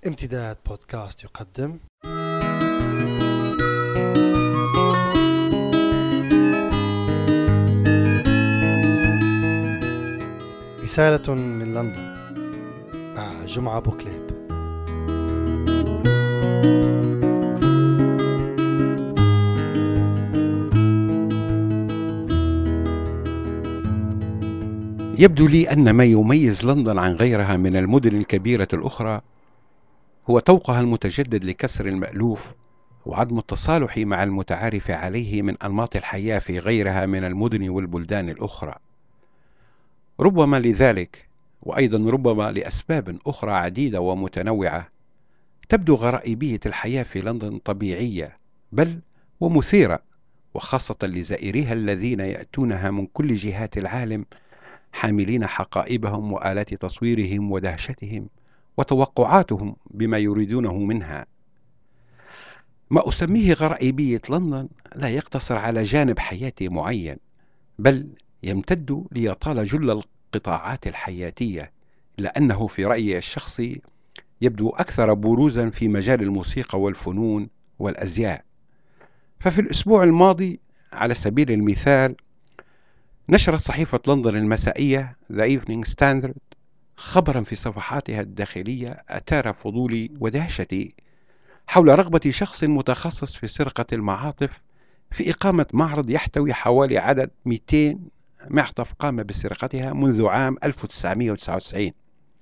امتداد بودكاست يقدم رسالة من لندن مع جمعة بوكليب. يبدو لي أن ما يميز لندن عن غيرها من المدن الكبيرة الأخرى هو طوقها المتجدد لكسر المألوف وعدم التصالح مع المتعارف عليه من أنماط الحياة في غيرها من المدن والبلدان الأخرى. ربما لذلك وأيضا ربما لأسباب أخرى عديدة ومتنوعة تبدو غرائبية الحياة في لندن طبيعية بل ومثيرة، وخاصة لزائريها الذين يأتونها من كل جهات العالم حاملين حقائبهم وآلات تصويرهم ودهشتهم وتوقعاتهم بما يريدونه منها. ما أسميه غرائبية لندن لا يقتصر على جانب حياتي معين، بل يمتد ليطال جل القطاعات الحياتية، لأنه في رأيي الشخصي يبدو أكثر بروزا في مجال الموسيقى والفنون والأزياء. ففي الأسبوع الماضي على سبيل المثال نشرت صحيفة لندن المسائية The Evening Standard خبرا في صفحاتها الداخلية أثار فضولي ودهشتي حول رغبة شخص متخصص في سرقة المعاطف في إقامة معرض يحتوي حوالي عدد 200 معطف قام بسرقتها منذ عام 1999.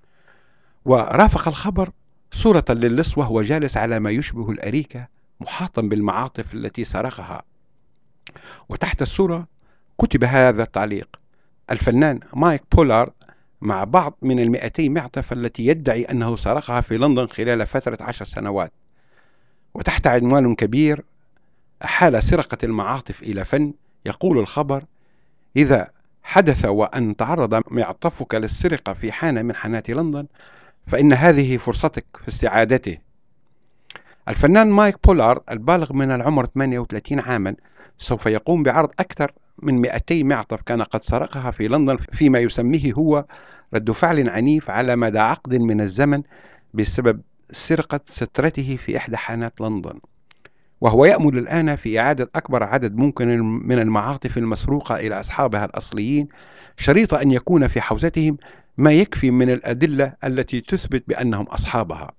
ورافق الخبر صورة للص وهو جالس على ما يشبه الأريكة محاطا بالمعاطف التي سرقها، وتحت الصورة كتب هذا التعليق: الفنان مايك بولارد مع بعض من 200 معطف التي يدعي أنه سرقها في لندن خلال فترة 10 سنوات. وتحت عنوان كبير: أحال سرقة المعاطف إلى فن. يقول الخبر: إذا حدث وأن تعرض معطفك للسرقة في حانة من حانات لندن فإن هذه فرصتك في استعادته. الفنان مايك بولارد البالغ من العمر 38 عاما سوف يقوم بعرض أكثر من 200 معطف كان قد سرقها في لندن فيما يسميه هو رد فعل عنيف على مدى عقد من الزمن بسبب سرقة سترته في إحدى حانات لندن، وهو يأمل الآن في إعادة أكبر عدد ممكن من المعاطف المسروقة إلى أصحابها الأصليين، شريط أن يكون في حوزتهم ما يكفي من الأدلة التي تثبت بأنهم أصحابها.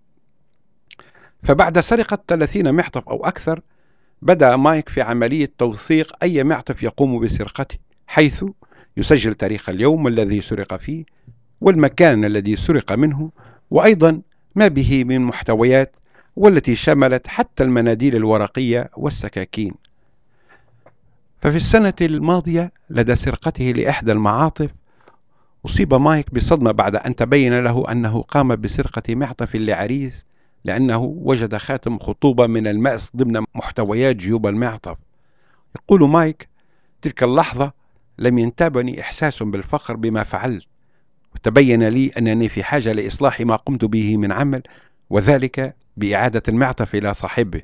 فبعد سرقة 30 معطف أو أكثر بدأ مايك في عملية توثيق أي معطف يقوم بسرقته، حيث يسجل تاريخ اليوم الذي سرق فيه والمكان الذي سرق منه وأيضا ما به من محتويات، والتي شملت حتى المناديل الورقية والسكاكين. ففي السنة الماضية لدى سرقته لإحدى المعاطف أصيب مايك بصدمة بعد أن تبين له أنه قام بسرقة معطف لعريس لأنه وجد خاتم خطوبة من المأس ضمن محتويات جيوب المعطف. يقول مايك: تلك اللحظة لم ينتابني إحساس بالفخر بما فعلت، وتبين لي أنني في حاجة لإصلاح ما قمت به من عمل، وذلك بإعادة المعطف إلى صاحبه.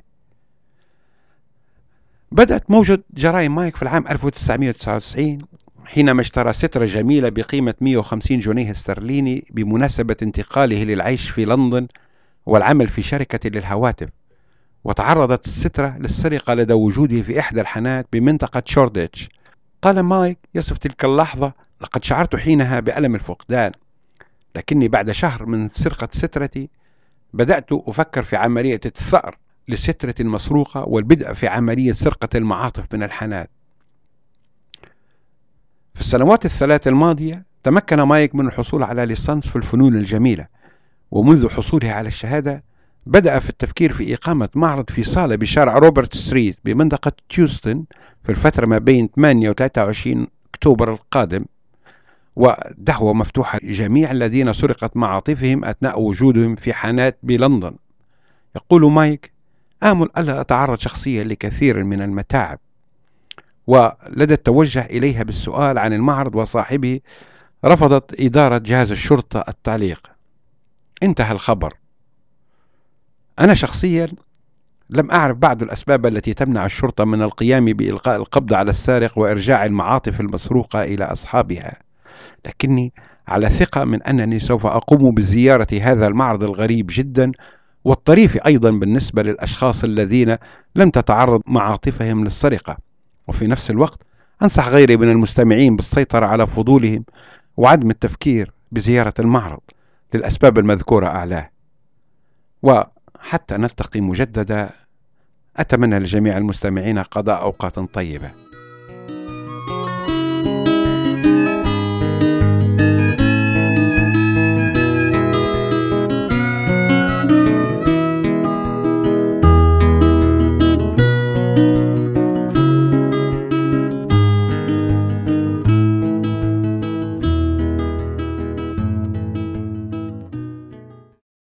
بدأت موجة جرائم مايك في العام 1999 حينما اشترى سترة جميلة بقيمة 150 جنيه استرليني بمناسبة انتقاله للعيش في لندن والعمل في شركة للهواتف، وتعرضت السترة للسرقة لدى وجوده في إحدى الحانات بمنطقة شورديتش. قال مايك يصف تلك اللحظة: لقد شعرت حينها بألم الفقدان، لكني بعد شهر من سرقة سترتي بدأت أفكر في عملية الثأر للسترة المسروقة والبدء في عملية سرقة المعاطف من الحانات. في السنوات الثلاث الماضية تمكن مايك من الحصول على ليسانس في الفنون الجميلة، ومنذ حصوله على الشهادة بدأ في التفكير في إقامة معرض في صالة بشارع روبرت ستريت بمنطقة تيوستن في الفترة ما بين 8 و 23 أكتوبر القادم، ودعوة مفتوحة لجميع الذين سرقت معاطفهم أثناء وجودهم في حانات بلندن. يقول مايك: آمل ألا أتعرض شخصيا لكثير من المتاعب. ولدى التوجه إليها بالسؤال عن المعرض وصاحبه رفضت إدارة جهاز الشرطة التعليق. انتهى الخبر. أنا شخصيا لم أعرف بعض الأسباب التي تمنع الشرطة من القيام بإلقاء القبض على السارق وإرجاع المعاطف المسروقة إلى أصحابها، لكني على ثقة من أنني سوف أقوم بزيارة هذا المعرض الغريب جدا والطريف أيضا بالنسبة للأشخاص الذين لم تتعرض معاطفهم للسرقة. وفي نفس الوقت أنصح غيري من المستمعين بالسيطرة على فضولهم وعدم التفكير بزيارة المعرض للأسباب المذكورة أعلاه. وحتى نلتقي مجددا، أتمنى لجميع المستمعين قضاء أوقات طيبة.